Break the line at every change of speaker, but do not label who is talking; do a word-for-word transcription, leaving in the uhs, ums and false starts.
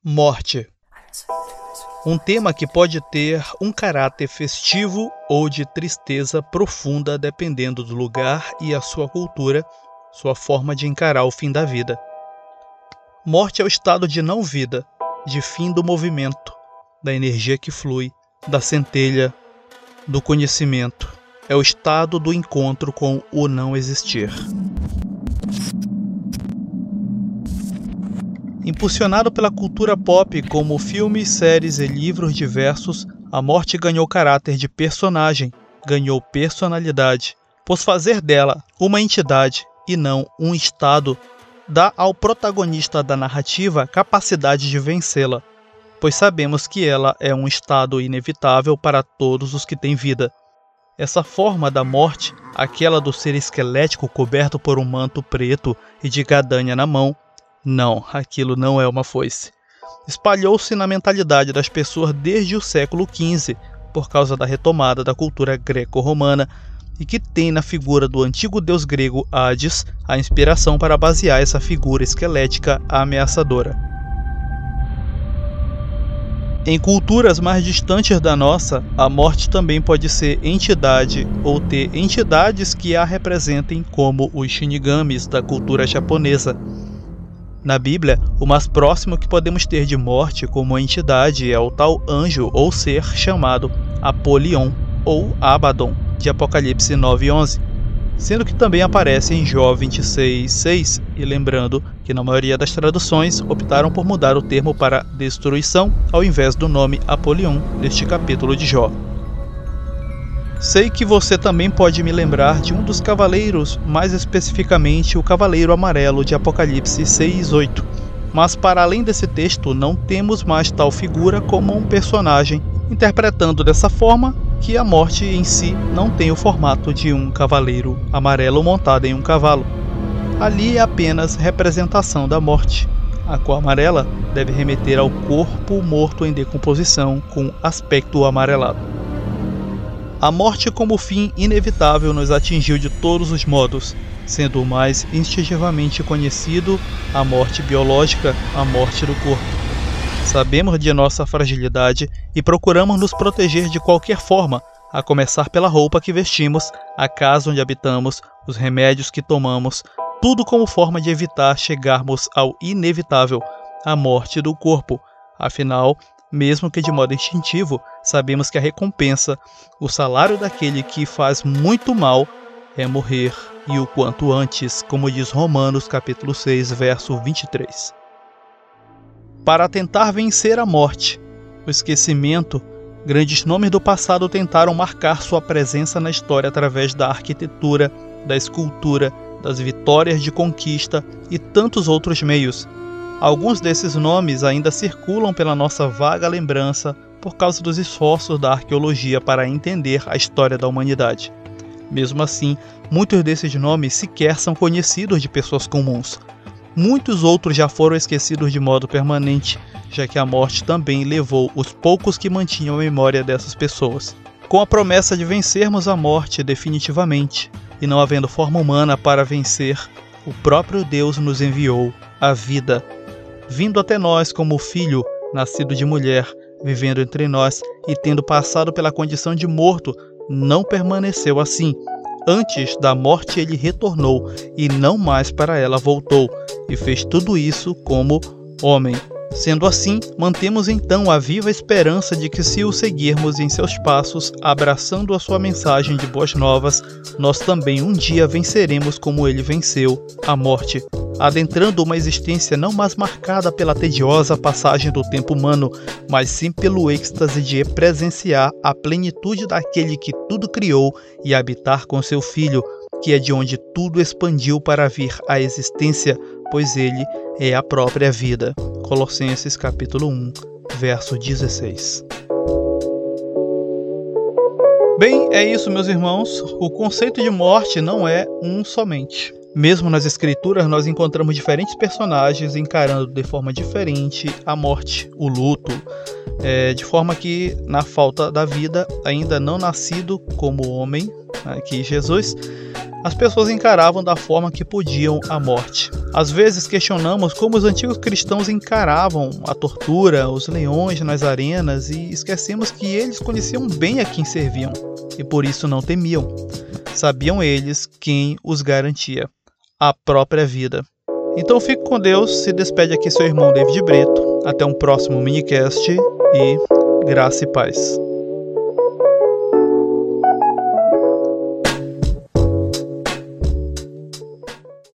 Morte. Um tema que pode ter um caráter festivo ou de tristeza profunda dependendo do lugar e a sua cultura, sua forma de encarar o fim da vida. Morte é o estado de não-vida, de fim do movimento, da energia que flui, da centelha, do conhecimento. É o estado do encontro com o não existir. Impulsionado pela cultura pop como filmes, séries e livros diversos, a morte ganhou caráter de personagem, ganhou personalidade, pois fazer dela uma entidade e não um estado dá ao protagonista da narrativa capacidade de vencê-la, pois sabemos que ela é um estado inevitável para todos os que têm vida. Essa forma da morte, aquela do ser esquelético coberto por um manto preto e de gadanha na mão, não, aquilo não é uma foice. Espalhou-se na mentalidade das pessoas desde o século quinze, por causa da retomada da cultura greco-romana, e que tem na figura do antigo deus grego Hades a inspiração para basear essa figura esquelética ameaçadora. Em culturas mais distantes da nossa, a morte também pode ser entidade ou ter entidades que a representem, como os shinigamis da cultura japonesa. Na Bíblia, o mais próximo que podemos ter de morte como entidade é o tal anjo ou ser chamado Apolion ou Abaddon, de Apocalipse nove, onze, sendo que também aparece em Jó vinte e seis, seis, e lembrando que na maioria das traduções optaram por mudar o termo para destruição ao invés do nome Apolion neste capítulo de Jó. Sei que você também pode me lembrar de um dos cavaleiros, mais especificamente o Cavaleiro Amarelo de Apocalipse seis, oito. Mas para além desse texto, não temos mais tal figura como um personagem, interpretando dessa forma que a morte em si não tem o formato de um cavaleiro amarelo montado em um cavalo. Ali é apenas representação da morte. A cor amarela deve remeter ao corpo morto em decomposição com aspecto amarelado. A morte como fim inevitável nos atingiu de todos os modos, sendo o mais instintivamente conhecido a morte biológica, a morte do corpo. Sabemos de nossa fragilidade e procuramos nos proteger de qualquer forma, a começar pela roupa que vestimos, a casa onde habitamos, os remédios que tomamos, tudo como forma de evitar chegarmos ao inevitável, a morte do corpo. Afinal, mesmo que de modo instintivo, sabemos que a recompensa, o salário daquele que faz muito mal, é morrer, e o quanto antes, como diz Romanos capítulo seis, verso vinte e três. Para tentar vencer a morte, o esquecimento, grandes nomes do passado tentaram marcar sua presença na história através da arquitetura, da escultura, das vitórias de conquista e tantos outros meios. Alguns desses nomes ainda circulam pela nossa vaga lembrança por causa dos esforços da arqueologia para entender a história da humanidade. Mesmo assim, muitos desses nomes sequer são conhecidos de pessoas comuns. Muitos outros já foram esquecidos de modo permanente, já que a morte também levou os poucos que mantinham a memória dessas pessoas. Com a promessa de vencermos a morte definitivamente, e não havendo forma humana para vencer, o próprio Deus nos enviou a vida, vindo até nós como filho, nascido de mulher, vivendo entre nós e tendo passado pela condição de morto, não permaneceu assim. Antes da morte ele retornou e não mais para ela voltou, e fez tudo isso como homem. Sendo assim, mantemos então a viva esperança de que se o seguirmos em seus passos, abraçando a sua mensagem de boas novas, nós também um dia venceremos como ele venceu a morte, adentrando uma existência não mais marcada pela tediosa passagem do tempo humano, mas sim pelo êxtase de presenciar a plenitude daquele que tudo criou e habitar com seu Filho, que é de onde tudo expandiu para vir à existência, pois ele é a própria vida. Colossenses capítulo um, verso dezesseis. Bem, é isso, meus irmãos. O conceito de morte não é um somente. Mesmo nas escrituras, nós encontramos diferentes personagens encarando de forma diferente a morte, o luto, é, de forma que, na falta da vida, ainda não nascido como homem, aqui Jesus, as pessoas encaravam da forma que podiam a morte. Às vezes questionamos como os antigos cristãos encaravam a tortura, os leões nas arenas e esquecemos que eles conheciam bem a quem serviam e por isso não temiam. Sabiam eles quem os garantia: a própria vida. Então fique com Deus, se despede aqui seu irmão David Brito. Até um próximo minicast e graça e paz.